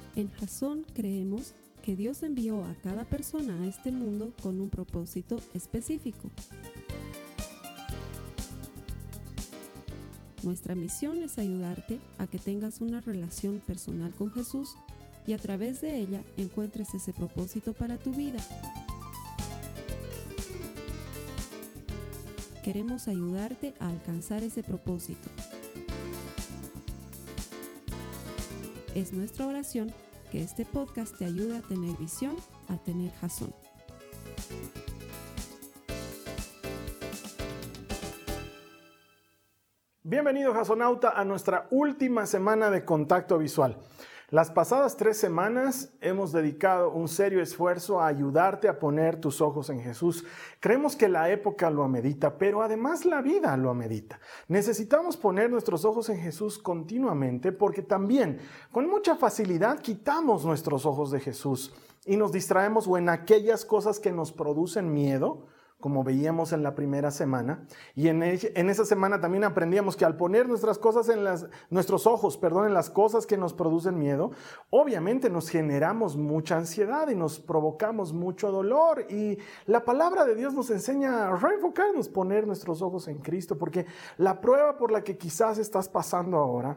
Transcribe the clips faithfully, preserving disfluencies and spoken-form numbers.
En Jasón creemos que Dios envió a cada persona a este mundo con un propósito específico. Nuestra misión es ayudarte a que tengas una relación personal con Jesús y a través de ella encuentres ese propósito para tu vida. Queremos ayudarte a alcanzar ese propósito. Es nuestra oración que este podcast te ayude a tener visión, a tener Jasón. Bienvenido, Jasonauta, a nuestra última semana de contacto visual. Las pasadas tres semanas hemos dedicado un serio esfuerzo a ayudarte a poner tus ojos en Jesús. Creemos que la época lo amerita, pero además la vida lo amerita. Necesitamos poner nuestros ojos en Jesús continuamente porque también con mucha facilidad quitamos nuestros ojos de Jesús y nos distraemos o en aquellas cosas que nos producen miedo, como veíamos en la primera semana, y en, el, en esa semana también aprendíamos que al poner nuestras cosas en las, nuestros ojos, perdón, en las cosas que nos producen miedo, obviamente nos generamos mucha ansiedad y nos provocamos mucho dolor, y la palabra de Dios nos enseña a reenfocarnos, poner nuestros ojos en Cristo, porque la prueba por la que quizás estás pasando ahora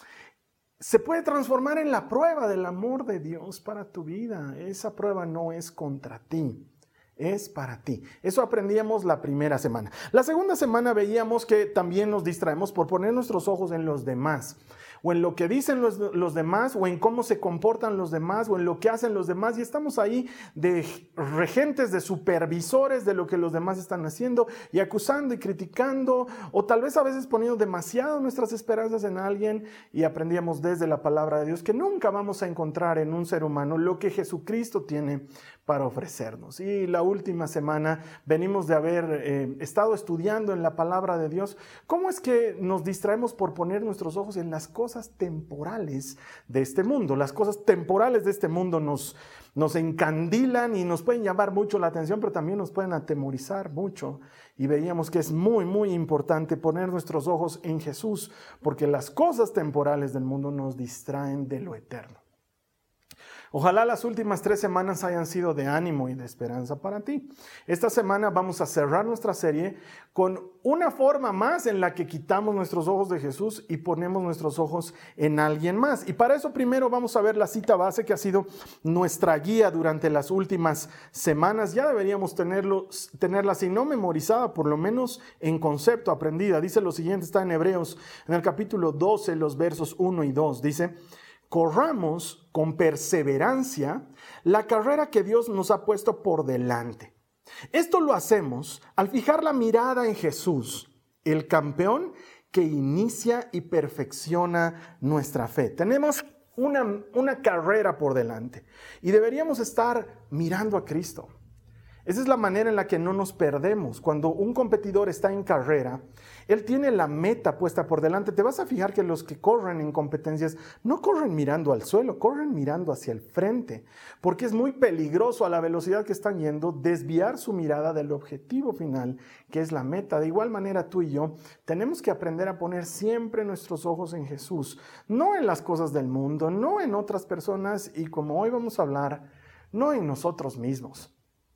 se puede transformar en la prueba del amor de Dios para tu vida. Esa prueba no es contra ti. Es para ti. Eso aprendíamos la primera semana. La segunda semana veíamos que también nos distraemos por poner nuestros ojos en los demás, o en lo que dicen los, los demás, o en cómo se comportan los demás, o en lo que hacen los demás, y estamos ahí de regentes, de supervisores de lo que los demás están haciendo, y acusando y criticando, o tal vez a veces poniendo demasiado nuestras esperanzas en alguien, y aprendíamos desde la palabra de Dios que nunca vamos a encontrar en un ser humano lo que Jesucristo tiene para ofrecernos. Y la última semana venimos de haber eh, estado estudiando en la palabra de Dios cómo es que nos distraemos por poner nuestros ojos en las cosas temporales de este mundo. Las cosas temporales de este mundo nos, nos encandilan y nos pueden llamar mucho la atención, pero también nos pueden atemorizar mucho. Y veíamos que es muy, muy importante poner nuestros ojos en Jesús, porque las cosas temporales del mundo nos distraen de lo eterno. Ojalá las últimas tres semanas hayan sido de ánimo y de esperanza para ti. Esta semana vamos a cerrar nuestra serie con una forma más en la que quitamos nuestros ojos de Jesús y ponemos nuestros ojos en alguien más. Y para eso primero vamos a ver la cita base que ha sido nuestra guía durante las últimas semanas. Ya deberíamos tenerlo, tenerla, si no memorizada, por lo menos en concepto, aprendida. Dice lo siguiente, está en Hebreos, en el capítulo doce, los versos uno y dos. Dice: corramos con perseverancia la carrera que Dios nos ha puesto por delante. Esto lo hacemos al fijar la mirada en Jesús, el campeón que inicia y perfecciona nuestra fe. Tenemos una, una carrera por delante y deberíamos estar mirando a Cristo. Esa es la manera en la que no nos perdemos. Cuando un competidor está en carrera, él tiene la meta puesta por delante. Te vas a fijar que los que corren en competencias no corren mirando al suelo, corren mirando hacia el frente, porque es muy peligroso a la velocidad que están yendo desviar su mirada del objetivo final, que es la meta. De igual manera, tú y yo tenemos que aprender a poner siempre nuestros ojos en Jesús, no en las cosas del mundo, no en otras personas y, como hoy vamos a hablar, no en nosotros mismos.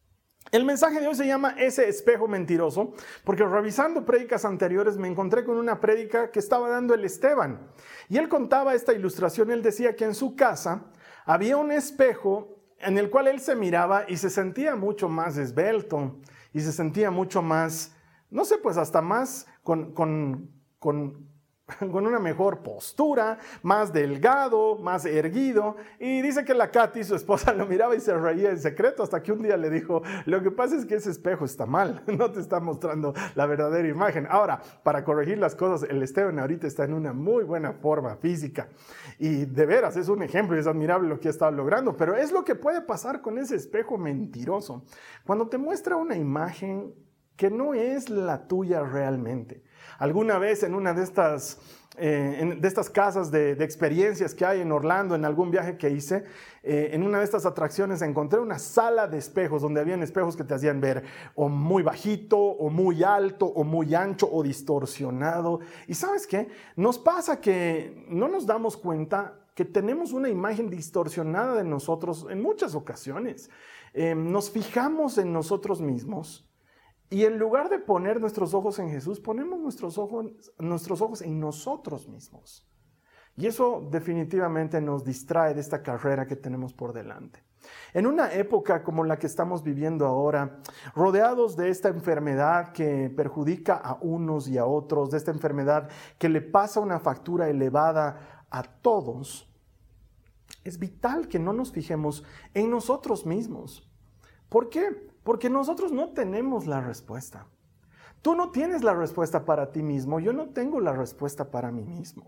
El mensaje de hoy se llama Ese espejo mentiroso, porque revisando prédicas anteriores me encontré con una prédica que estaba dando el Esteban. Y él contaba esta ilustración. Él decía que en su casa había un espejo en el cual él se miraba y se sentía mucho más esbelto y se sentía mucho más, no sé, pues hasta más con... con, con con una mejor postura, más delgado, más erguido. Y dice que la Katy, su esposa, lo miraba y se reía en secreto, hasta que un día le dijo: lo que pasa es que ese espejo está mal, no te está mostrando la verdadera imagen. Ahora, para corregir las cosas, el Esteban ahorita está en una muy buena forma física y de veras es un ejemplo y es admirable lo que ha estado logrando, pero es lo que puede pasar con ese espejo mentiroso cuando te muestra una imagen que no es la tuya realmente. Alguna vez en una de estas, eh, en, de estas casas de, de experiencias que hay en Orlando, en algún viaje que hice, eh, en una de estas atracciones encontré una sala de espejos donde habían espejos que te hacían ver o muy bajito, o muy alto, o muy ancho, o distorsionado. Y ¿sabes qué? Nos pasa que no nos damos cuenta que tenemos una imagen distorsionada de nosotros en muchas ocasiones. Eh, nos fijamos en nosotros mismos y en lugar de poner nuestros ojos en Jesús, ponemos nuestros ojos, nuestros ojos en nosotros mismos. Y eso definitivamente nos distrae de esta carrera que tenemos por delante. En una época como la que estamos viviendo ahora, rodeados de esta enfermedad que perjudica a unos y a otros, de esta enfermedad que le pasa una factura elevada a todos, es vital que no nos fijemos en nosotros mismos. ¿Por qué? Porque nosotros no tenemos la respuesta. Tú no tienes la respuesta para ti mismo, yo no tengo la respuesta para mí mismo.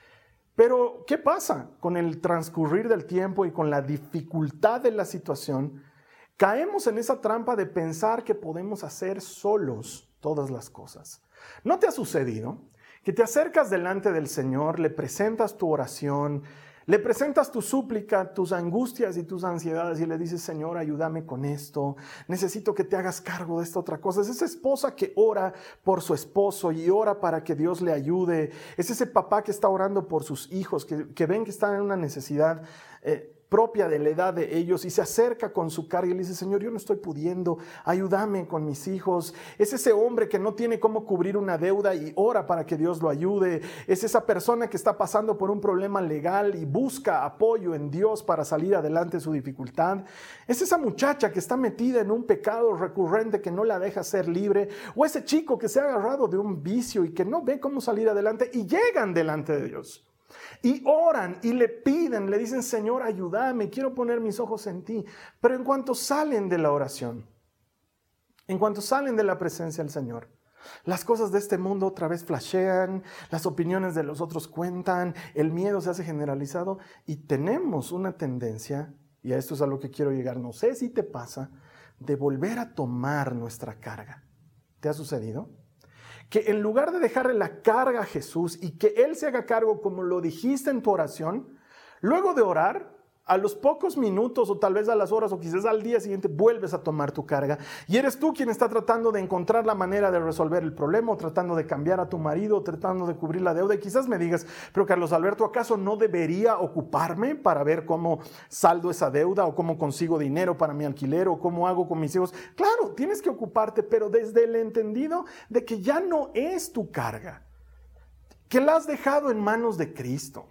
Pero, ¿qué pasa? Con el transcurrir del tiempo y con la dificultad de la situación, caemos en esa trampa de pensar que podemos hacer solos todas las cosas. ¿No te ha sucedido que te acercas delante del Señor, le presentas tu oración, le presentas tu súplica, tus angustias y tus ansiedades y le dices, Señor, ayúdame con esto, necesito que te hagas cargo de esta otra cosa? Es esa esposa que ora por su esposo y ora para que Dios le ayude. Es ese papá que está orando por sus hijos, que, que ven que están en una necesidad eh, propia de la edad de ellos y se acerca con su carga y le dice, Señor, yo no estoy pudiendo, ayúdame con mis hijos. Es ese hombre que no tiene cómo cubrir una deuda y ora para que Dios lo ayude. Es esa persona que está pasando por un problema legal y busca apoyo en Dios para salir adelante de su dificultad. Es esa muchacha que está metida en un pecado recurrente que no la deja ser libre, o ese chico que se ha agarrado de un vicio y que no ve cómo salir adelante y llegan delante de Dios. Y oran y le piden, le dicen, Señor, ayúdame, quiero poner mis ojos en ti. Pero en cuanto salen de la oración, en cuanto salen de la presencia del Señor, las cosas de este mundo otra vez flashean, las opiniones de los otros cuentan, el miedo se hace generalizado y tenemos una tendencia, y a esto es a lo que quiero llegar, no sé si te pasa, de volver a tomar nuestra carga. ¿Te ha sucedido? Que en lugar de dejarle la carga a Jesús y que Él se haga cargo como lo dijiste en tu oración, luego de orar, a los pocos minutos o tal vez a las horas o quizás al día siguiente vuelves a tomar tu carga y eres tú quien está tratando de encontrar la manera de resolver el problema o tratando de cambiar a tu marido o tratando de cubrir la deuda. Y quizás me digas, pero Carlos Alberto, ¿acaso no debería ocuparme para ver cómo saldo esa deuda o cómo consigo dinero para mi alquiler o cómo hago con mis hijos? Claro, tienes que ocuparte, pero desde el entendido de que ya no es tu carga, que la has dejado en manos de Cristo.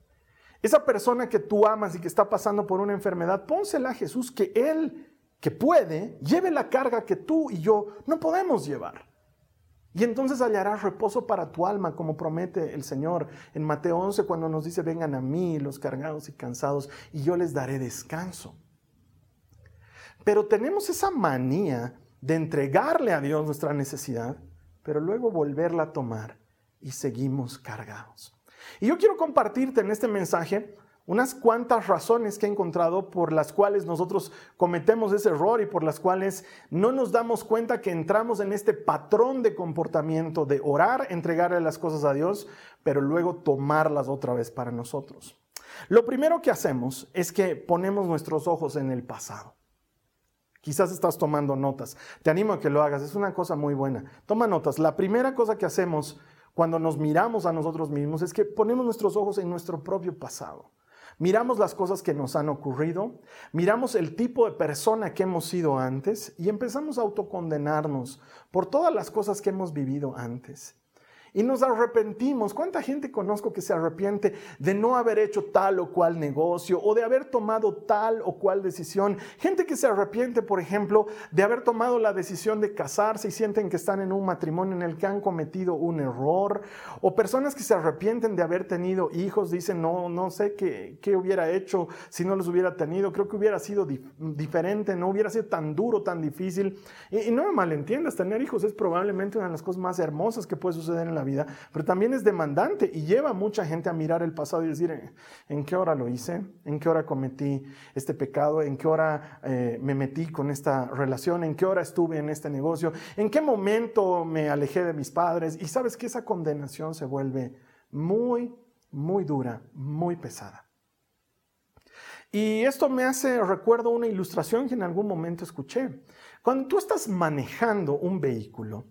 Esa persona que tú amas y que está pasando por una enfermedad, pónsela a Jesús, que Él, que puede, lleve la carga que tú y yo no podemos llevar. Y entonces hallarás reposo para tu alma, como promete el Señor en Mateo once, cuando nos dice, vengan a mí los cargados y cansados, y yo les daré descanso. Pero tenemos esa manía de entregarle a Dios nuestra necesidad, pero luego volverla a tomar y seguimos cargados. Y yo quiero compartirte en este mensaje unas cuantas razones que he encontrado por las cuales nosotros cometemos ese error y por las cuales no nos damos cuenta que entramos en este patrón de comportamiento de orar, entregarle las cosas a Dios, pero luego tomarlas otra vez para nosotros. Lo primero que hacemos es que ponemos nuestros ojos en el pasado. Quizás estás tomando notas. Te animo a que lo hagas. Es una cosa muy buena. Toma notas. La primera cosa que hacemos cuando nos miramos a nosotros mismos es que ponemos nuestros ojos en nuestro propio pasado. Miramos las cosas que nos han ocurrido, miramos el tipo de persona que hemos sido antes y empezamos a autocondenarnos por todas las cosas que hemos vivido antes. Y nos arrepentimos. ¿Cuánta gente conozco que se arrepiente de no haber hecho tal o cual negocio o de haber tomado tal o cual decisión? Gente que se arrepiente, por ejemplo, de haber tomado la decisión de casarse y sienten que están en un matrimonio en el que han cometido un error. O personas que se arrepienten de haber tenido hijos, dicen, no, no sé qué, qué hubiera hecho si no los hubiera tenido. Creo que hubiera sido dif- diferente, no hubiera sido tan duro, tan difícil. Y, y no me malentiendas, tener hijos es probablemente una de las cosas más hermosas que puede suceder en la vida, pero también es demandante y lleva a mucha gente a mirar el pasado y decir, ¿en qué hora lo hice? ¿En qué hora cometí este pecado? ¿En qué hora eh, me metí con esta relación? ¿En qué hora estuve en este negocio? ¿En qué momento me alejé de mis padres? Y sabes que esa condenación se vuelve muy, muy dura, muy pesada. Y esto me hace recuerdo una ilustración que en algún momento escuché. Cuando tú estás manejando un vehículo,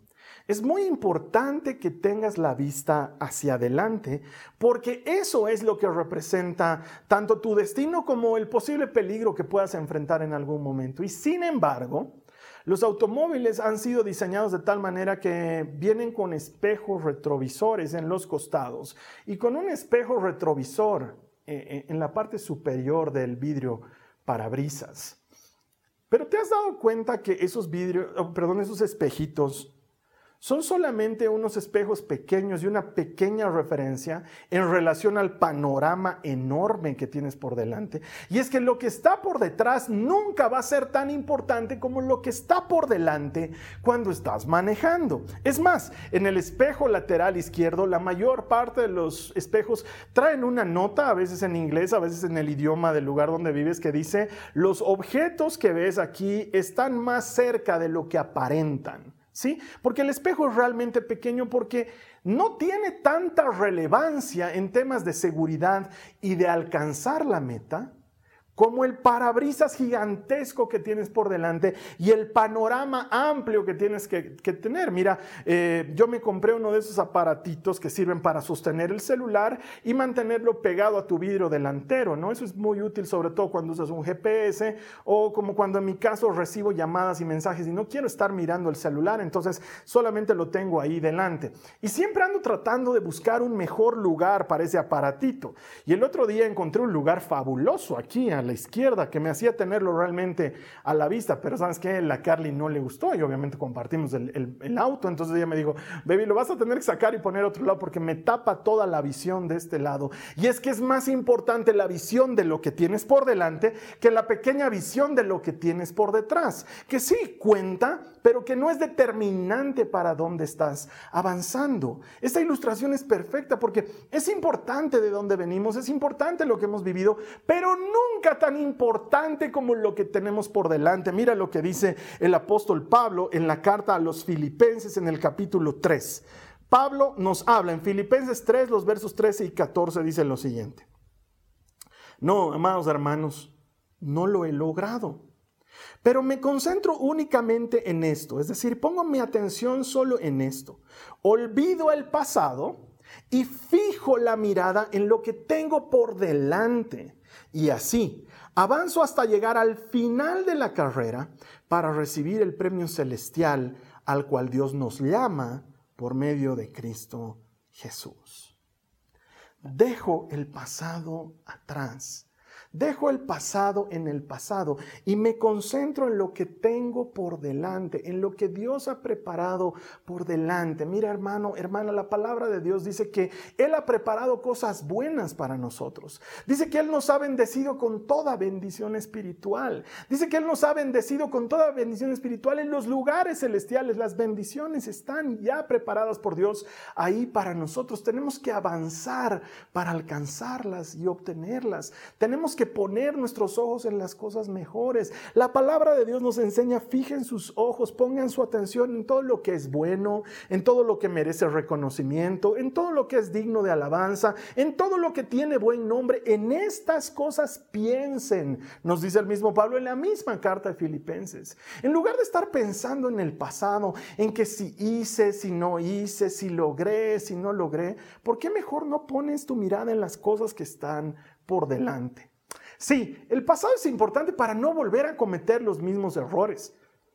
Es muy importante que tengas la vista hacia adelante, porque eso es lo que representa tanto tu destino como el posible peligro que puedas enfrentar en algún momento. Y sin embargo, los automóviles han sido diseñados de tal manera que vienen con espejos retrovisores en los costados y con un espejo retrovisor eh, en la parte superior del vidrio parabrisas. Pero ¿te has dado cuenta que esos vidrios, oh, perdón, esos espejitos son solamente unos espejos pequeños y una pequeña referencia en relación al panorama enorme que tienes por delante? Y es que lo que está por detrás nunca va a ser tan importante como lo que está por delante cuando estás manejando. Es más, en el espejo lateral izquierdo, la mayor parte de los espejos traen una nota, a veces en inglés, a veces en el idioma del lugar donde vives, que dice: los objetos que ves aquí están más cerca de lo que aparentan. ¿Sí? Porque el espejo es realmente pequeño, porque no tiene tanta relevancia en temas de seguridad y de alcanzar la meta como el parabrisas gigantesco que tienes por delante y el panorama amplio que tienes que, que tener. Mira, eh, yo me compré uno de esos aparatitos que sirven para sostener el celular y mantenerlo pegado a tu vidrio delantero, ¿no? Eso es muy útil, sobre todo cuando usas un G P S o como cuando en mi caso recibo llamadas y mensajes y no quiero estar mirando el celular, entonces solamente lo tengo ahí delante. Y siempre ando tratando de buscar un mejor lugar para ese aparatito. Y el otro día encontré un lugar fabuloso aquí a la izquierda que me hacía tenerlo realmente a la vista, pero ¿sabes qué? La Carly no le gustó y obviamente compartimos el, el, el auto, entonces ella me dijo: baby, lo vas a tener que sacar y poner a otro lado porque me tapa toda la visión de este lado. Y es que es más importante la visión de lo que tienes por delante que la pequeña visión de lo que tienes por detrás, que sí cuenta, pero que no es determinante para dónde estás avanzando. Esta ilustración es perfecta porque es importante de dónde venimos, es importante lo que hemos vivido, pero nunca tan importante como lo que tenemos por delante. Mira lo que dice el apóstol Pablo en la carta a los Filipenses en el capítulo tres. Pablo nos habla en Filipenses tres, los versos trece y catorce, dice lo siguiente: no, amados hermanos, no lo he logrado, pero me concentro únicamente en esto, es decir, pongo mi atención solo en esto. Olvido el pasado y fijo la mirada en lo que tengo por delante. Y así avanzo hasta llegar al final de la carrera para recibir el premio celestial al cual Dios nos llama por medio de Cristo Jesús. Dejo el pasado atrás. Dejo el pasado en el pasado y me concentro en lo que tengo por delante, en lo que Dios ha preparado por delante. Mira, hermano, hermana, la palabra de Dios dice que Él ha preparado cosas buenas para nosotros. Dice que Él nos ha bendecido con toda bendición espiritual. Dice que Él nos ha bendecido con toda bendición espiritual en los lugares celestiales. Las bendiciones están ya preparadas por Dios ahí para nosotros. Tenemos que avanzar para alcanzarlas y obtenerlas. Tenemos que que poner nuestros ojos en las cosas mejores. La palabra de Dios nos enseña: fijen sus ojos, pongan su atención en todo lo que es bueno, en todo lo que merece reconocimiento, en todo lo que es digno de alabanza, en todo lo que tiene buen nombre. En estas cosas piensen, nos dice el mismo Pablo en la misma carta de Filipenses. En lugar de estar pensando en el pasado, en que si hice, si no hice, si logré, si no logré, ¿por qué mejor no pones tu mirada en las cosas que están por delante? Sí, el pasado es importante para no volver a cometer los mismos errores.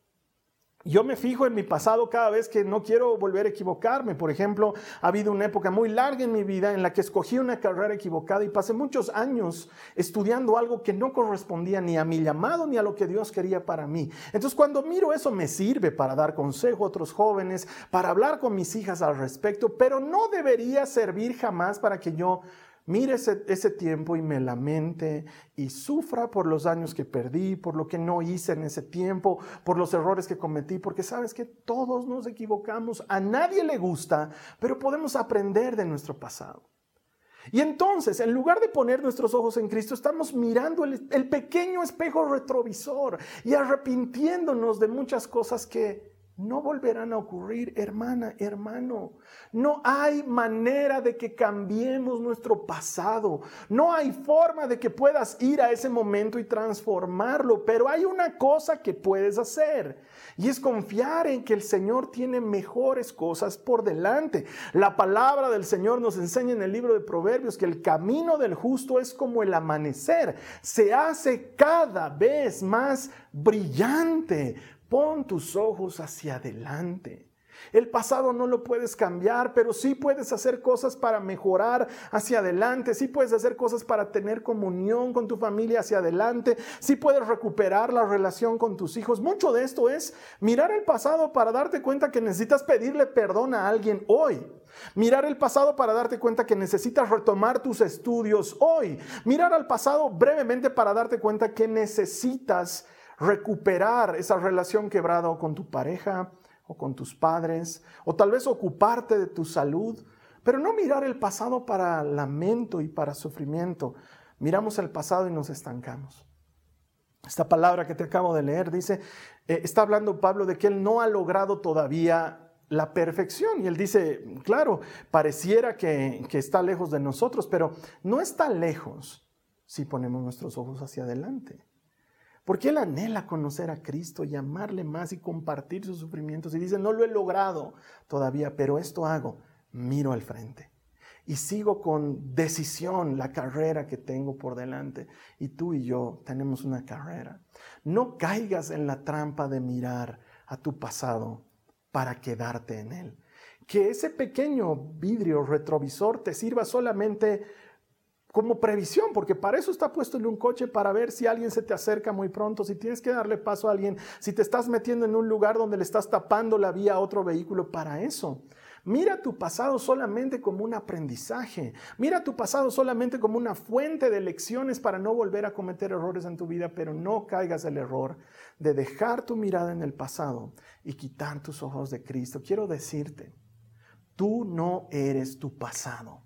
Yo me fijo en mi pasado cada vez que no quiero volver a equivocarme. Por ejemplo, ha habido una época muy larga en mi vida en la que escogí una carrera equivocada y pasé muchos años estudiando algo que no correspondía ni a mi llamado ni a lo que Dios quería para mí. Entonces, cuando miro eso, me sirve para dar consejo a otros jóvenes, para hablar con mis hijas al respecto, pero no debería servir jamás para que yo mire ese, ese tiempo y me lamente y sufra por los años que perdí, por lo que no hice en ese tiempo, por los errores que cometí, porque sabes que todos nos equivocamos, a nadie le gusta, pero podemos aprender de nuestro pasado. Y entonces, en lugar de poner nuestros ojos en Cristo, estamos mirando el, el pequeño espejo retrovisor y arrepintiéndonos de muchas cosas que no volverán a ocurrir, hermana, hermano. No hay manera de que cambiemos nuestro pasado. No hay forma de que puedas ir a ese momento y transformarlo. Pero hay una cosa que puedes hacer y es confiar en que el Señor tiene mejores cosas por delante. La palabra del Señor nos enseña en el libro de Proverbios que el camino del justo es como el amanecer. Se hace cada vez más brillante. Pon tus ojos hacia adelante. El pasado no lo puedes cambiar, pero sí puedes hacer cosas para mejorar hacia adelante. Sí puedes hacer cosas para tener comunión con tu familia hacia adelante. Sí puedes recuperar la relación con tus hijos. Mucho de esto es mirar el pasado para darte cuenta que necesitas pedirle perdón a alguien hoy. Mirar el pasado para darte cuenta que necesitas retomar tus estudios hoy. Mirar al pasado brevemente para darte cuenta que necesitas recuperar esa relación quebrada con tu pareja o con tus padres, o tal vez ocuparte de tu salud, pero no mirar el pasado para lamento y para sufrimiento. Miramos el pasado y nos estancamos. Esta palabra que te acabo de leer dice, eh, está hablando Pablo de que él no ha logrado todavía la perfección, y él dice, claro, pareciera que, que está lejos de nosotros, pero no está lejos si ponemos nuestros ojos hacia adelante. Porque él anhela conocer a Cristo y amarle más y compartir sus sufrimientos. Y dice, no lo he logrado todavía, pero esto hago. Miro al frente y sigo con decisión la carrera que tengo por delante. Y tú y yo tenemos una carrera. No caigas en la trampa de mirar a tu pasado para quedarte en él. Que ese pequeño vidrio retrovisor te sirva solamente como previsión, porque para eso está puesto en un coche, para ver si alguien se te acerca muy pronto, si tienes que darle paso a alguien, si te estás metiendo en un lugar donde le estás tapando la vía a otro vehículo, para eso. Mira tu pasado solamente como un aprendizaje. Mira tu pasado solamente como una fuente de lecciones para no volver a cometer errores en tu vida, pero no caigas el error de dejar tu mirada en el pasado y quitar tus ojos de Cristo. Quiero decirte, tú no eres tu pasado.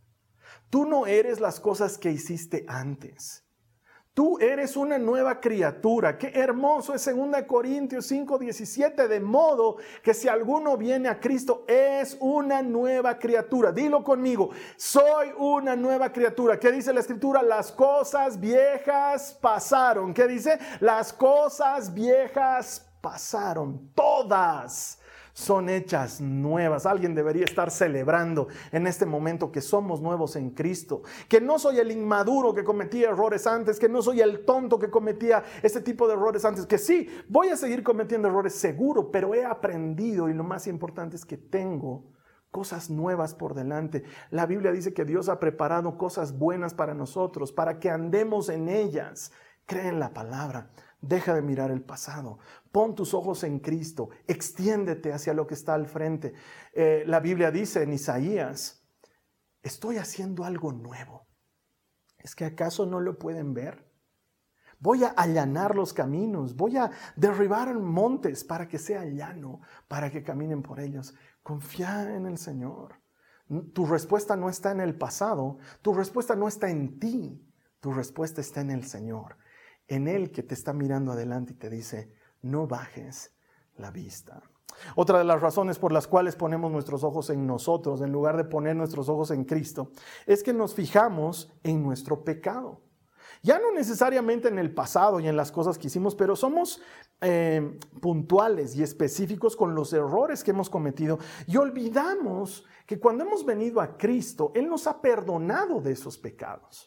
Tú no eres las cosas que hiciste antes. Tú eres una nueva criatura. Qué hermoso es segunda Corintios cinco diecisiete, de modo que si alguno viene a Cristo es una nueva criatura. Dilo conmigo, soy una nueva criatura. ¿Qué dice la Escritura? Las cosas viejas pasaron. ¿Qué dice? Las cosas viejas pasaron. Todas son hechas nuevas. Alguien debería estar celebrando en este momento que somos nuevos en Cristo, que no soy el inmaduro que cometía errores antes, que no soy el tonto que cometía este tipo de errores antes, que sí, voy a seguir cometiendo errores seguro, pero he aprendido y lo más importante es que tengo cosas nuevas por delante. La Biblia dice que Dios ha preparado cosas buenas para nosotros, para que andemos en ellas. Cree en la palabra. Deja de mirar el pasado. Pon tus ojos en Cristo. Extiéndete hacia lo que está al frente. Eh, la Biblia dice en Isaías, estoy haciendo algo nuevo. ¿Es que acaso no lo pueden ver? Voy a allanar los caminos. Voy a derribar montes para que sea llano, para que caminen por ellos. Confía en el Señor. Tu respuesta no está en el pasado. Tu respuesta no está en ti. Tu respuesta está en el Señor. En Él que te está mirando adelante y te dice, no bajes la vista. Otra de las razones por las cuales ponemos nuestros ojos en nosotros, en lugar de poner nuestros ojos en Cristo, es que nos fijamos en nuestro pecado. Ya no necesariamente en el pasado y en las cosas que hicimos, pero somos eh, puntuales y específicos con los errores que hemos cometido y olvidamos que cuando hemos venido a Cristo, Él nos ha perdonado de esos pecados.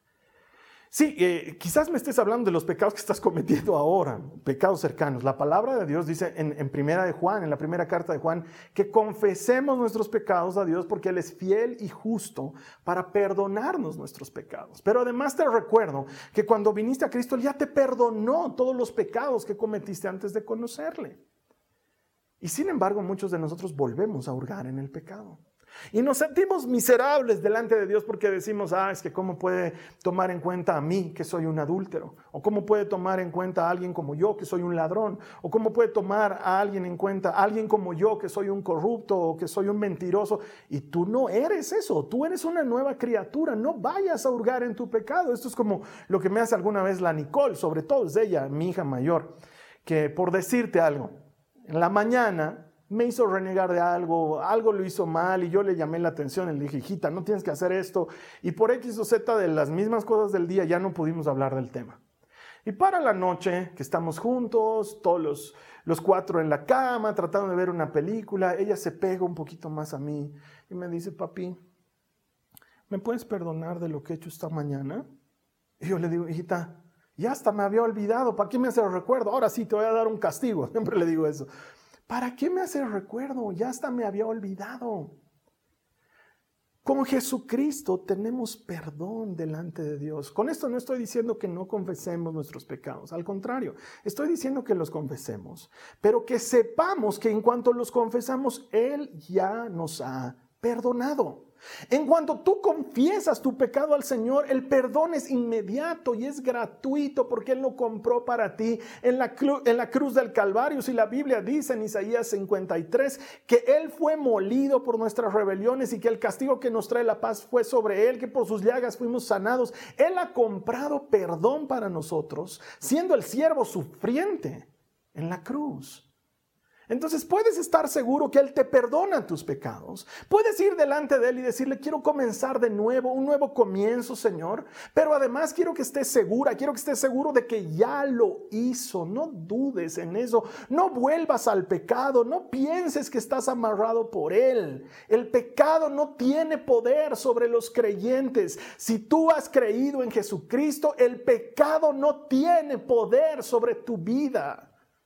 Sí, eh, quizás me estés hablando de los pecados que estás cometiendo ahora, pecados cercanos. La palabra de Dios dice en, en primera de Juan, en la primera carta de Juan, que confesemos nuestros pecados a Dios porque Él es fiel y justo para perdonarnos nuestros pecados. Pero además te recuerdo que cuando viniste a Cristo, Él ya te perdonó todos los pecados que cometiste antes de conocerle. Y sin embargo, muchos de nosotros volvemos a hurgar en el pecado. Y nos sentimos miserables delante de Dios porque decimos, ah, es que cómo puede tomar en cuenta a mí que soy un adúltero, o cómo puede tomar en cuenta a alguien como yo que soy un ladrón, o cómo puede tomar a alguien en cuenta a alguien como yo que soy un corrupto o que soy un mentiroso. Y tú no eres eso, tú eres una nueva criatura, no vayas a hurgar en tu pecado. Esto es como lo que me hace alguna vez la Nicole, sobre todo es ella, mi hija mayor, que por decirte algo, en la mañana me hizo renegar de algo, algo lo hizo mal y yo le llamé la atención y le dije, hijita, no tienes que hacer esto. Y por X o Z de las mismas cosas del día ya no pudimos hablar del tema. Y para la noche, que estamos juntos, todos los, los cuatro en la cama, tratando de ver una película, ella se pega un poquito más a mí y me dice, papi, ¿me puedes perdonar de lo que he hecho esta mañana? Y yo le digo, hijita, ya hasta me había olvidado, ¿para qué me hace el recuerdo? Ahora sí te voy a dar un castigo, siempre le digo eso. ¿Para qué me hace el recuerdo? Ya hasta me había olvidado. Con Jesucristo tenemos perdón delante de Dios. Con esto no estoy diciendo que no confesemos nuestros pecados. Al contrario, estoy diciendo que los confesemos. Pero que sepamos que en cuanto los confesamos, Él ya nos ha perdonado. En cuanto tú confiesas tu pecado al Señor, el perdón es inmediato y es gratuito porque Él lo compró para ti en la, cru- en la cruz del Calvario. Si la Biblia dice en Isaías cincuenta y tres que Él fue molido por nuestras rebeliones y que el castigo que nos trae la paz fue sobre Él, que por sus llagas fuimos sanados. Él ha comprado perdón para nosotros, siendo el siervo sufriente en la cruz. Entonces puedes estar seguro que Él te perdona tus pecados. Puedes ir delante de Él y decirle, quiero comenzar de nuevo, un nuevo comienzo, Señor. Pero además quiero que estés segura, quiero que estés seguro de que ya lo hizo. No dudes en eso. No vuelvas al pecado. No pienses que estás amarrado por Él. El pecado no tiene poder sobre los creyentes. Si tú has creído en Jesucristo, el pecado no tiene poder sobre tu vida.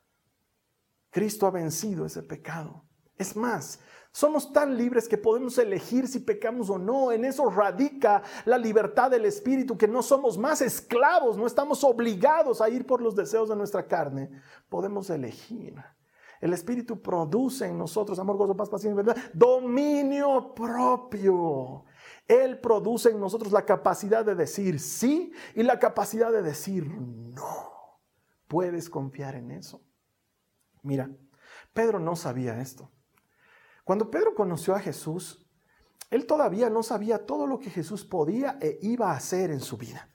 Cristo ha vencido ese pecado. Es más, somos tan libres que podemos elegir si pecamos o no. En eso radica la libertad del Espíritu, que no somos más esclavos, no estamos obligados a ir por los deseos de nuestra carne. Podemos elegir. El Espíritu produce en nosotros amor, gozo, paz, paciencia, verdad, dominio propio. Él produce en nosotros la capacidad de decir sí y la capacidad de decir no. Puedes confiar en eso. Mira, Pedro no sabía esto. Cuando Pedro conoció a Jesús, él todavía no sabía todo lo que Jesús podía e iba a hacer en su vida.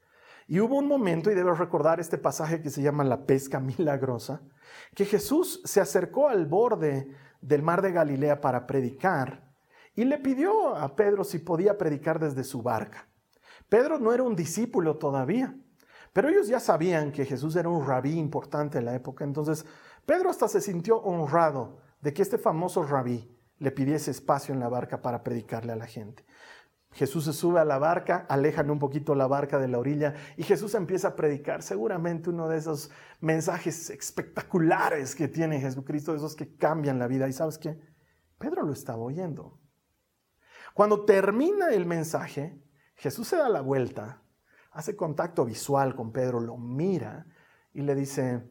Y hubo un momento, y debes recordar este pasaje que se llama la pesca milagrosa, que Jesús se acercó al borde del mar de Galilea para predicar y le pidió a Pedro si podía predicar desde su barca. Pedro no era un discípulo todavía, pero ellos ya sabían que Jesús era un rabí importante en la época. Entonces Pedro hasta se sintió honrado de que este famoso rabí le pidiese espacio en la barca para predicarle a la gente. Jesús se sube a la barca, alejan un poquito la barca de la orilla y Jesús empieza a predicar. Seguramente uno de esos mensajes espectaculares que tiene Jesucristo, de esos que cambian la vida. ¿Y sabes qué? Pedro lo estaba oyendo. Cuando termina el mensaje, Jesús se da la vuelta, hace contacto visual con Pedro, lo mira y le dice,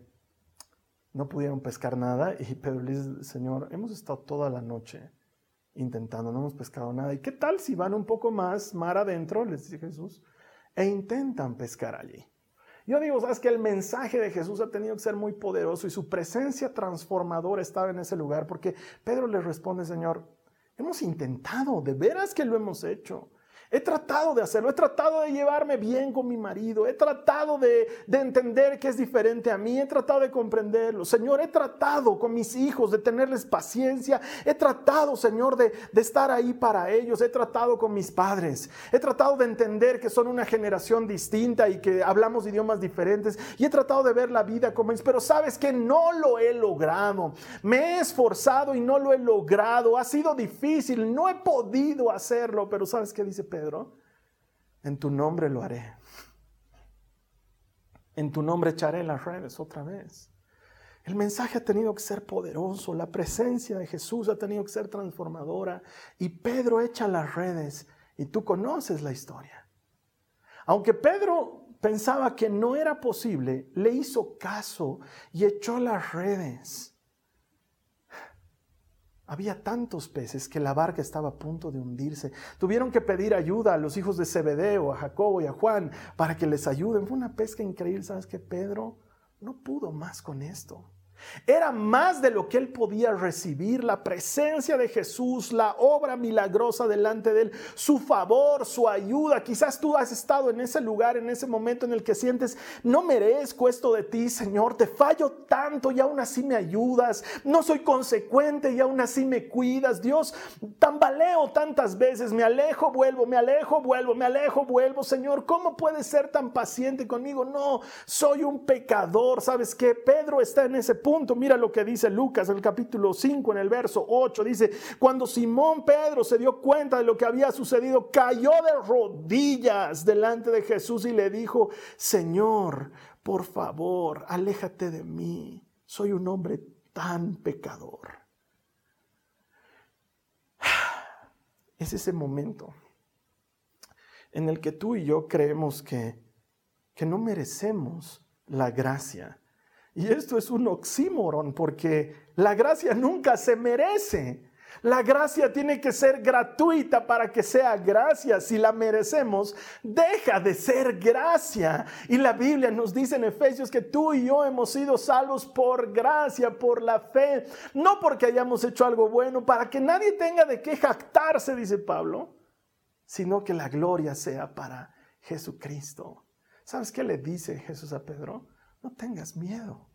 no pudieron pescar nada. Y Pedro le dice, Señor, hemos estado toda la noche intentando, no hemos pescado nada. ¿Y qué tal si van un poco más mar adentro, les dice Jesús, e intentan pescar allí? Yo digo, ¿sabes qué? El mensaje de Jesús ha tenido que ser muy poderoso y su presencia transformadora estaba en ese lugar, porque Pedro le responde, Señor, hemos intentado, de veras que lo hemos hecho. He tratado de hacerlo, he tratado de llevarme bien con mi marido, he tratado de, de entender que es diferente a mí, he tratado de comprenderlo. Señor, he tratado con mis hijos de tenerles paciencia, he tratado, Señor, de, de estar ahí para ellos, he tratado con mis padres, he tratado de entender que son una generación distinta y que hablamos idiomas diferentes y he tratado de ver la vida como es, pero sabes que no lo he logrado, me he esforzado y no lo he logrado, ha sido difícil, no he podido hacerlo, pero ¿sabes qué dice Pedro? En tu nombre lo haré. En tu nombre echaré las redes otra vez. El mensaje ha tenido que ser poderoso. La presencia de Jesús ha tenido que ser transformadora. Y Pedro echa las redes. Y tú conoces la historia. Aunque Pedro pensaba que no era posible, le hizo caso y echó las redes. Había tantos peces que la barca estaba a punto de hundirse. Tuvieron que pedir ayuda a los hijos de Zebedeo, a Jacobo y a Juan para que les ayuden. Fue una pesca increíble. ¿Sabes qué? Pedro no pudo más con esto. Era más de lo que él podía recibir, la presencia de Jesús, la obra milagrosa delante de él, su favor, su ayuda. Quizás tú has estado en ese lugar, en ese momento en el que sientes, no merezco esto de ti, Señor, te fallo tanto y aún así me ayudas, no soy consecuente y aún así me cuidas. Dios, tambaleo tantas veces, me alejo, vuelvo, me alejo, vuelvo, me alejo, vuelvo. Señor, ¿cómo puedes ser tan paciente conmigo? No, soy un pecador. ¿Sabes qué? Pedro está en ese punto. Mira lo que dice Lucas en el capítulo cinco, en el verso ocho. Dice, cuando Simón Pedro se dio cuenta de lo que había sucedido, cayó de rodillas delante de Jesús y le dijo, Señor, por favor, aléjate de mí. Soy un hombre tan pecador. Es ese momento en el que tú y yo creemos que, que no merecemos la gracia. Y esto es un oxímoron, porque la gracia nunca se merece. La gracia tiene que ser gratuita para que sea gracia. Si la merecemos, deja de ser gracia. Y la Biblia nos dice en Efesios que tú y yo hemos sido salvos por gracia, por la fe. No porque hayamos hecho algo bueno, para que nadie tenga de qué jactarse, dice Pablo, sino que la gloria sea para Jesucristo. ¿Sabes qué le dice Jesús a Pedro? No tengas miedo.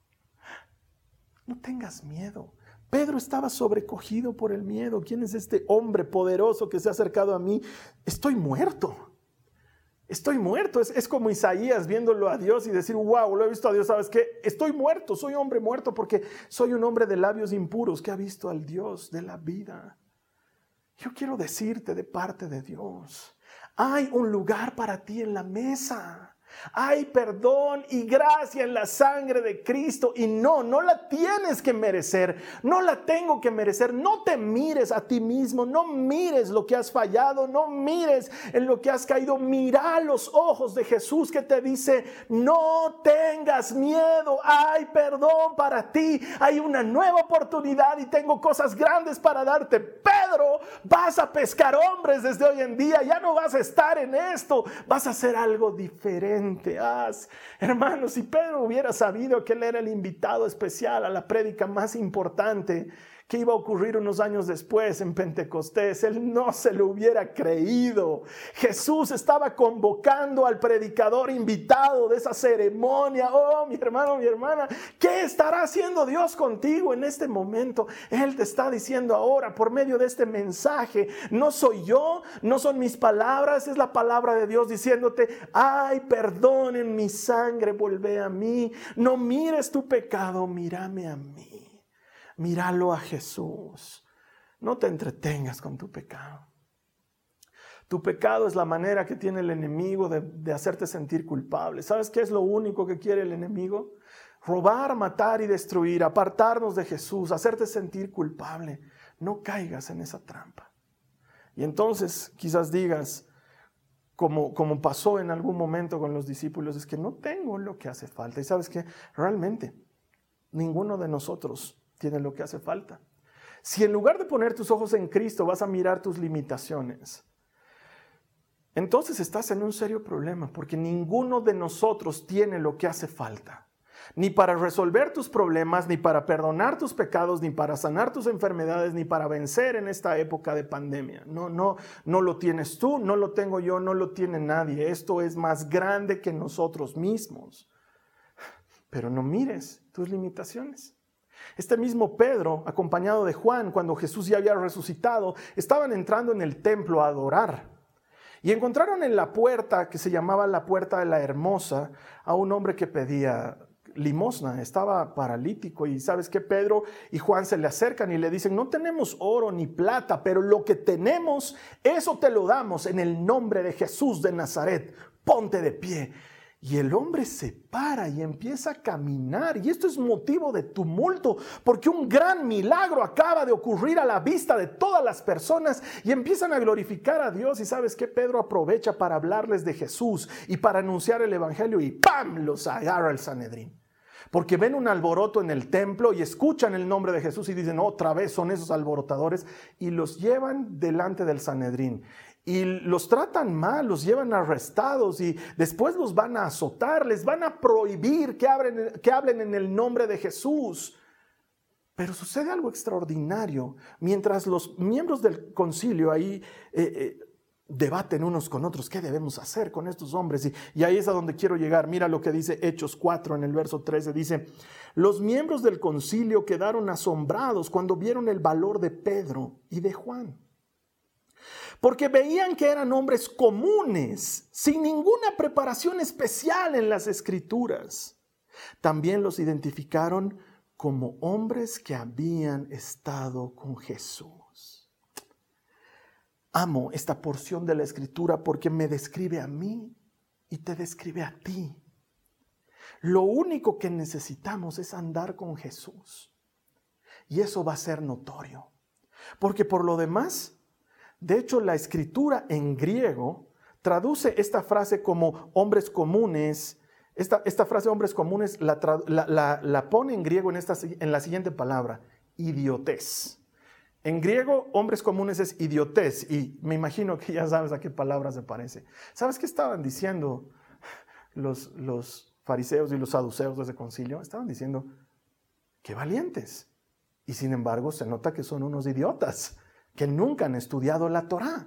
No tengas miedo. Pedro estaba sobrecogido por el miedo. ¿Quién es este hombre poderoso que se ha acercado a mí? Estoy muerto. Estoy muerto. Es, es como Isaías viéndolo a Dios y decir, wow, lo he visto a Dios. ¿Sabes qué? Estoy muerto. Soy hombre muerto porque soy un hombre de labios impuros que ha visto al Dios de la vida. Yo quiero decirte de parte de Dios, hay un lugar para ti en la mesa. Hay perdón y gracia en la sangre de Cristo. Y no, no la tienes que merecer. No la tengo que merecer. No te mires a ti mismo. No mires lo que has fallado. No mires en lo que has caído. Mira los ojos de Jesús que te dice, no tengas miedo. Hay perdón para ti. Hay una nueva oportunidad y tengo cosas grandes para darte. Pedro, vas a pescar hombres desde hoy en día. Ya no vas a estar en esto. Vas a hacer algo diferente. Haz. Hermanos, si Pedro hubiera sabido que él era el invitado especial a la prédica más importante que iba a ocurrir unos años después en Pentecostés, él no se lo hubiera creído. Jesús estaba convocando al predicador invitado de esa ceremonia. Oh, mi hermano, mi hermana, ¿qué estará haciendo Dios contigo en este momento? Él te está diciendo ahora por medio de este mensaje, no soy yo, no son mis palabras, es la palabra de Dios diciéndote, ay, perdón en mi sangre, vuelve a mí. No mires tu pecado, mírame a mí. Míralo a Jesús. No te entretengas con tu pecado. Tu pecado es la manera que tiene el enemigo de, de hacerte sentir culpable. ¿Sabes qué es lo único que quiere el enemigo? Robar, matar y destruir, apartarnos de Jesús, hacerte sentir culpable. No caigas en esa trampa. Y entonces quizás digas, como, como pasó en algún momento con los discípulos, es que no tengo lo que hace falta. Y sabes qué, realmente ninguno de nosotros tiene lo que hace falta. Si en lugar de poner tus ojos en Cristo vas a mirar tus limitaciones, entonces estás en un serio problema, porque ninguno de nosotros tiene lo que hace falta. Ni para resolver tus problemas, ni para perdonar tus pecados, ni para sanar tus enfermedades, ni para vencer en esta época de pandemia. No, no, no lo tienes tú, no lo tengo yo, no lo tiene nadie. Esto es más grande que nosotros mismos. Pero no mires tus limitaciones. Este mismo Pedro, acompañado de Juan, cuando Jesús ya había resucitado, estaban entrando en el templo a adorar. Y encontraron en la puerta, que se llamaba la puerta de la Hermosa, a un hombre que pedía limosna. Estaba paralítico. Y ¿sabes qué? Pedro y Juan se le acercan y le dicen, no tenemos oro ni plata, pero lo que tenemos, eso te lo damos en el nombre de Jesús de Nazaret. Ponte de pie. Y el hombre se para y empieza a caminar. Y esto es motivo de tumulto, porque un gran milagro acaba de ocurrir a la vista de todas las personas y empiezan a glorificar a Dios. Y ¿sabes qué? Pedro aprovecha para hablarles de Jesús y para anunciar el evangelio y ¡pam! Los agarra el Sanedrín. Porque ven un alboroto en el templo y escuchan el nombre de Jesús y dicen, otra vez son esos alborotadores, y los llevan delante del Sanedrín. y los tratan mal, los llevan arrestados y después los van a azotar, les van a prohibir que hablen, que hablen en el nombre de Jesús. Pero sucede algo extraordinario. Mientras los miembros del concilio ahí eh, eh, debaten unos con otros, ¿qué debemos hacer con estos hombres? Y, y ahí es a donde quiero llegar. Mira lo que dice Hechos cuatro en el verso trece. Dice, los miembros del concilio quedaron asombrados cuando vieron el valor de Pedro y de Juan, porque veían que eran hombres comunes, sin ninguna preparación especial en las Escrituras. También los identificaron como hombres que habían estado con Jesús. Amo esta porción de la Escritura porque me describe a mí y te describe a ti. Lo único que necesitamos es andar con Jesús. Y eso va a ser notorio. Porque por lo demás, de hecho, la Escritura en griego traduce esta frase como hombres comunes. Esta, esta frase hombres comunes la, la, la, la pone en griego en, esta, en la siguiente palabra, idiotez. En griego, hombres comunes es idiotez, y me imagino que ya sabes a qué palabra se parece. ¿Sabes qué estaban diciendo los, los fariseos y los saduceos de ese concilio? Estaban diciendo, qué valientes. Y sin embargo, se nota que son unos idiotas, que nunca han estudiado la Torá.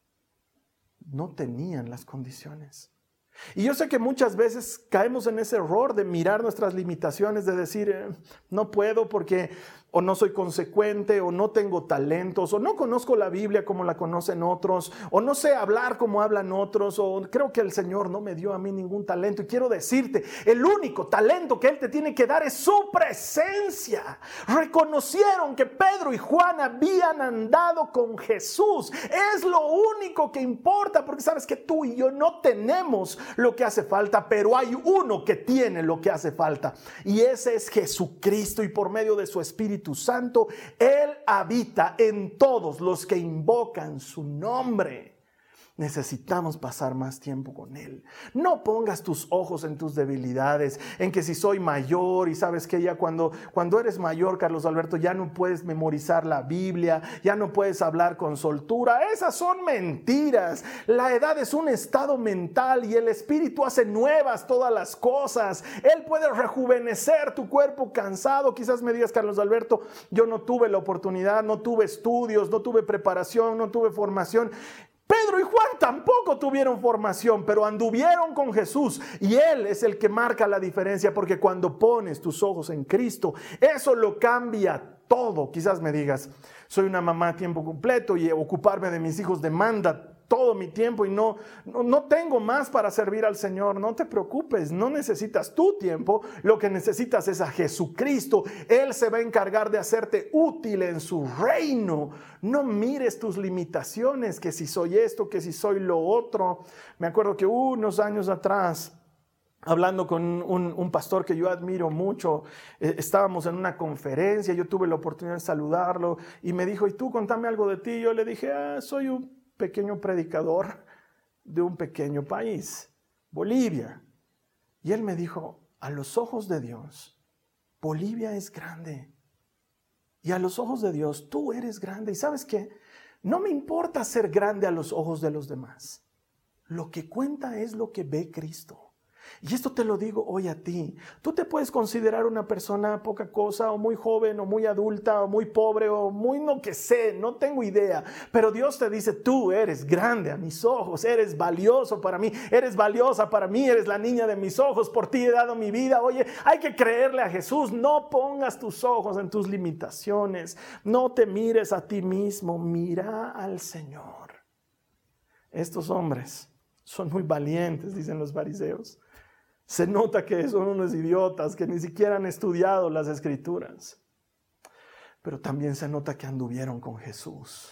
No tenían las condiciones. Y yo sé que muchas veces caemos en ese error de mirar nuestras limitaciones, de decir, eh, no puedo porque o no soy consecuente, o no tengo talentos, o no conozco la Biblia como la conocen otros, o no sé hablar como hablan otros, o creo que el Señor no me dio a mí ningún talento. Y quiero decirte, el único talento que Él te tiene que dar es su presencia. Reconocieron que Pedro y Juan habían andado con Jesús. Es lo único que importa, porque sabes que tú y yo no tenemos lo que hace falta, pero hay uno que tiene lo que hace falta, y ese es Jesucristo, y por medio de su Espíritu Santo, Él habita en todos los que invocan su nombre. Necesitamos pasar más tiempo con Él. No pongas tus ojos en tus debilidades, en que si soy mayor, y sabes que ya cuando, cuando eres mayor, Carlos Alberto, ya no puedes memorizar la Biblia, ya no puedes hablar con soltura. Esas son mentiras. La edad es un estado mental y el Espíritu hace nuevas todas las cosas. Él puede rejuvenecer tu cuerpo cansado. Quizás me digas, Carlos Alberto, yo no tuve la oportunidad, no tuve estudios, no tuve preparación, no tuve formación. Pedro y Juan tampoco tuvieron formación, pero anduvieron con Jesús, y Él es el que marca la diferencia, porque cuando pones tus ojos en Cristo, eso lo cambia todo. Quizás me digas, soy una mamá a tiempo completo y ocuparme de mis hijos demanda todo mi tiempo y no, no, no tengo más para servir al Señor. No te preocupes, no necesitas tu tiempo, lo que necesitas es a Jesucristo. Él se va a encargar de hacerte útil en su reino. No mires tus limitaciones, que si soy esto, que si soy lo otro. Me acuerdo que unos años atrás, hablando con un, un pastor que yo admiro mucho, eh, estábamos en una conferencia, yo tuve la oportunidad de saludarlo y me dijo, ¿y tú contame algo de ti? Yo le dije, ah, soy un pequeño predicador de un pequeño país, Bolivia. Y él me dijo, a los ojos de Dios, Bolivia es grande. Y a los ojos de Dios, tú eres grande. ¿Y sabes qué? No me importa ser grande a los ojos de los demás. Lo que cuenta es lo que ve Cristo. Y esto te lo digo hoy a ti. Tú te puedes considerar una persona poca cosa, o muy joven, o muy adulta, o muy pobre, o muy no que sé, no tengo idea. Pero Dios te dice, tú eres grande a mis ojos, eres valioso para mí, eres valiosa para mí, eres la niña de mis ojos, por ti he dado mi vida. Oye, hay que creerle a Jesús. No pongas tus ojos en tus limitaciones. No te mires a ti mismo, mira al Señor. Estos hombres son muy valientes, dicen los fariseos. Se nota que son unos idiotas, que ni siquiera han estudiado las Escrituras. Pero también se nota que anduvieron con Jesús.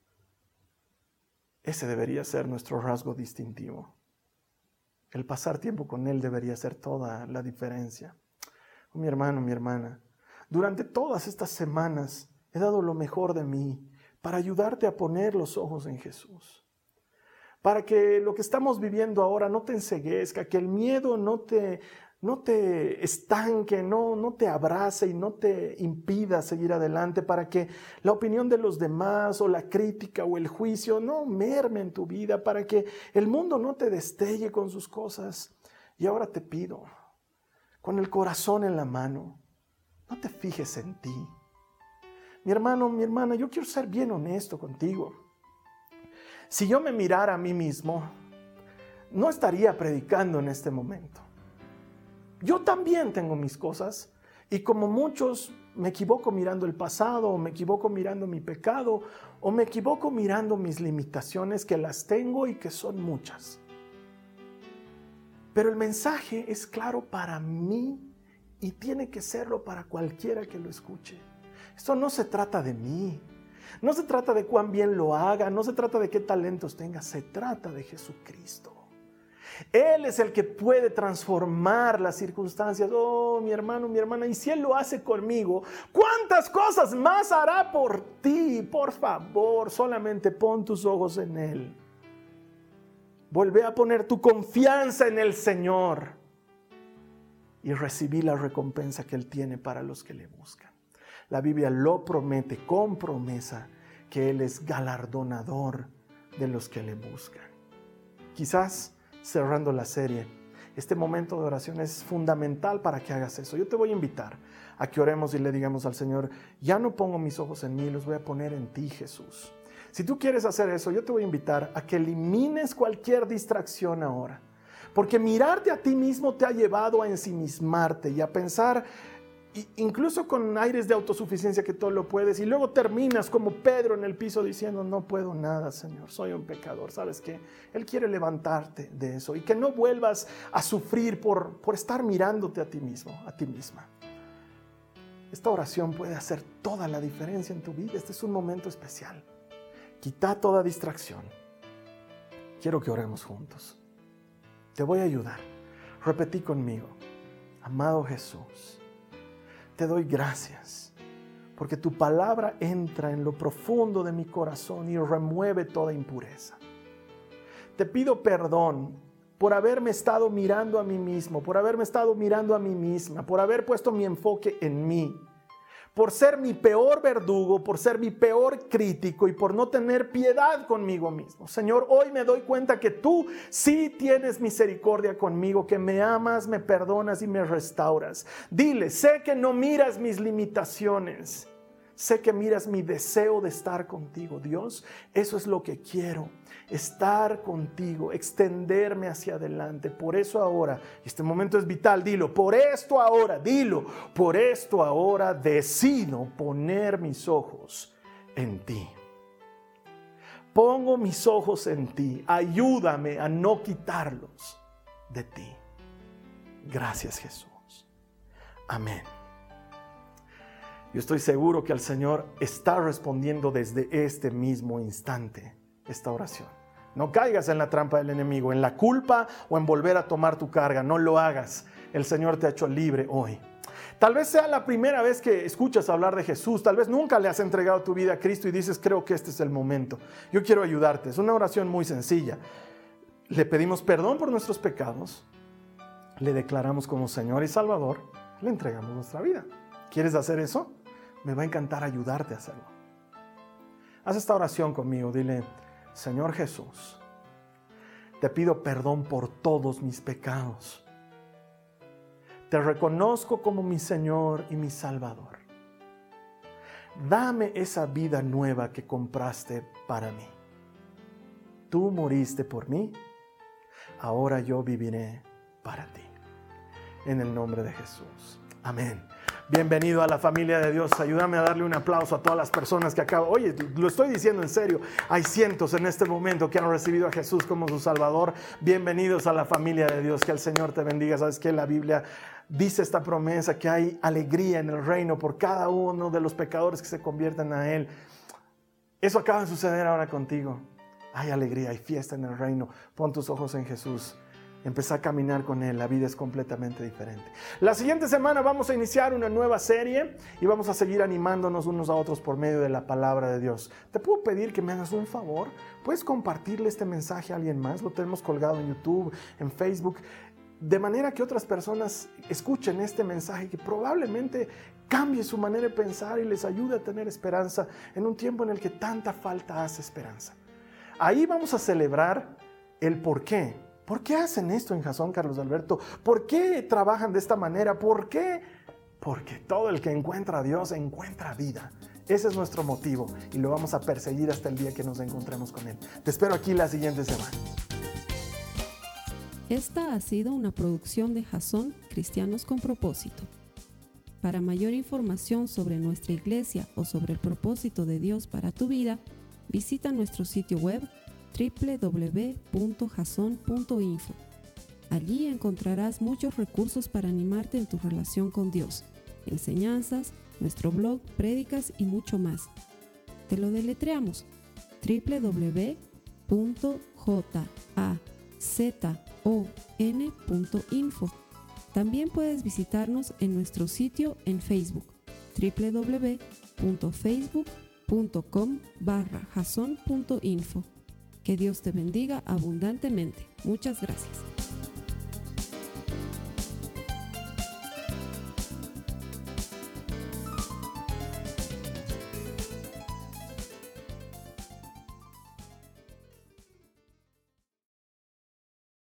Ese debería ser nuestro rasgo distintivo. El pasar tiempo con Él debería ser toda la diferencia. Oh, mi hermano, mi hermana, durante todas estas semanas he dado lo mejor de mí para ayudarte a poner los ojos en Jesús. Para que lo que estamos viviendo ahora no te enceguezca, que el miedo no te, no te estanque, no, no te abrace y no te impida seguir adelante, para que la opinión de los demás o la crítica o el juicio no merme en tu vida, para que el mundo no te destelle con sus cosas. Y ahora te pido, con el corazón en la mano, no te fijes en ti. Mi hermano, mi hermana, yo quiero ser bien honesto contigo. Si yo me mirara a mí mismo, no estaría predicando en este momento. Yo también tengo mis cosas y como muchos me equivoco mirando el pasado, o me equivoco mirando mi pecado, o me equivoco mirando mis limitaciones, que las tengo y que son muchas. Pero el mensaje es claro para mí y tiene que serlo para cualquiera que lo escuche. Esto no se trata de mí, no se trata de cuán bien lo haga, no se trata de qué talentos tenga, se trata de Jesucristo. Él es el que puede transformar las circunstancias. Oh, mi hermano, mi hermana, y si Él lo hace conmigo, ¿cuántas cosas más hará por ti? Por favor, solamente pon tus ojos en Él. Vuelve a poner tu confianza en el Señor y recibí la recompensa que Él tiene para los que le buscan. La Biblia lo promete con promesa, que Él es galardonador de los que le buscan. Quizás cerrando la serie, este momento de oración es fundamental para que hagas eso. Yo te voy a invitar a que oremos y le digamos al Señor: ya no pongo mis ojos en mí, los voy a poner en ti, Jesús. Si tú quieres hacer eso, yo te voy a invitar a que elimines cualquier distracción ahora, porque mirarte a ti mismo te ha llevado a ensimismarte y a pensar, incluso con aires de autosuficiencia, que todo lo puedes, y luego terminas como Pedro en el piso diciendo: no puedo nada, Señor, soy un pecador. ¿Sabes qué? Él quiere levantarte de eso y que no vuelvas a sufrir por, por estar mirándote a ti mismo, a ti misma. Esta oración puede hacer toda la diferencia en tu vida. Este es un momento especial. Quita toda distracción. Quiero que oremos juntos. Te voy a ayudar. Repetí conmigo: amado Jesús, te doy gracias porque tu palabra entra en lo profundo de mi corazón y remueve toda impureza. Te pido perdón por haberme estado mirando a mí mismo, por haberme estado mirando a mí misma, por haber puesto mi enfoque en mí, por ser mi peor verdugo, por ser mi peor crítico y por no tener piedad conmigo mismo. Señor, hoy me doy cuenta que tú sí tienes misericordia conmigo, que me amas, me perdonas y me restauras. Dile: sé que no miras mis limitaciones, sé que miras mi deseo de estar contigo. Dios, eso es lo que quiero, estar contigo, extenderme hacia adelante. Por eso ahora, este momento es vital, dilo: por esto ahora, dilo, por esto ahora decido poner mis ojos en ti. Pongo mis ojos en ti, ayúdame a no quitarlos de ti. Gracias, Jesús. Amén. Yo estoy seguro que el Señor está respondiendo desde este mismo instante esta oración. No caigas en la trampa del enemigo, en la culpa o en volver a tomar tu carga. No lo hagas. El Señor te ha hecho libre hoy. Tal vez sea la primera vez que escuchas hablar de Jesús. Tal vez nunca le has entregado tu vida a Cristo y dices: creo que este es el momento. Yo quiero ayudarte. Es una oración muy sencilla. Le pedimos perdón por nuestros pecados, le declaramos como Señor y Salvador, le entregamos nuestra vida. ¿Quieres hacer eso? Me va a encantar ayudarte a hacerlo. Haz esta oración conmigo. Dile: Señor Jesús, te pido perdón por todos mis pecados. Te reconozco como mi Señor y mi Salvador. Dame esa vida nueva que compraste para mí. Tú moriste por mí, ahora yo viviré para ti. En el nombre de Jesús. Amén. Bienvenido a la familia de Dios. Ayúdame a darle un aplauso a todas las personas que acaban. Oye, lo estoy diciendo en serio. Hay cientos en este momento que han recibido a Jesús como su Salvador. Bienvenidos a la familia de Dios. Que el Señor te bendiga. Sabes que la Biblia dice esta promesa, que hay alegría en el reino por cada uno de los pecadores que se convierten a Él. Eso acaba de suceder ahora contigo. Hay alegría, hay fiesta en el reino. Pon tus ojos en Jesús. Empezá a caminar con Él, la vida es completamente diferente. La siguiente semana vamos a iniciar una nueva serie y vamos a seguir animándonos unos a otros por medio de la palabra de Dios. ¿Te puedo pedir que me hagas un favor? ¿Puedes compartirle este mensaje a alguien más? Lo tenemos colgado en YouTube, en Facebook. de manera que otras personas escuchen este mensaje que probablemente cambie su manera de pensar y les ayude a tener esperanza en un tiempo en el que tanta falta hace esperanza. Ahí vamos a celebrar el por qué. ¿Por qué hacen esto en Jasón, Carlos Alberto? ¿Por qué trabajan de esta manera? ¿Por qué? Porque todo el que encuentra a Dios encuentra vida. Ese es nuestro motivo y lo vamos a perseguir hasta el día que nos encontremos con Él. Te espero aquí la siguiente semana. Esta ha sido una producción de Jasón Cristianos con Propósito. Para mayor información sobre nuestra iglesia o sobre el propósito de Dios para tu vida, visita nuestro sitio web doble u doble u doble u punto jason punto info. Allí encontrarás muchos recursos para animarte en tu relación con Dios, enseñanzas, nuestro blog, prédicas y mucho más. Te lo deletreamos: doble u doble u doble u punto jazon punto info. También puedes visitarnos en nuestro sitio en Facebook, doble u doble u doble u punto facebook punto com barra jason punto info. Que Dios te bendiga abundantemente. Muchas gracias.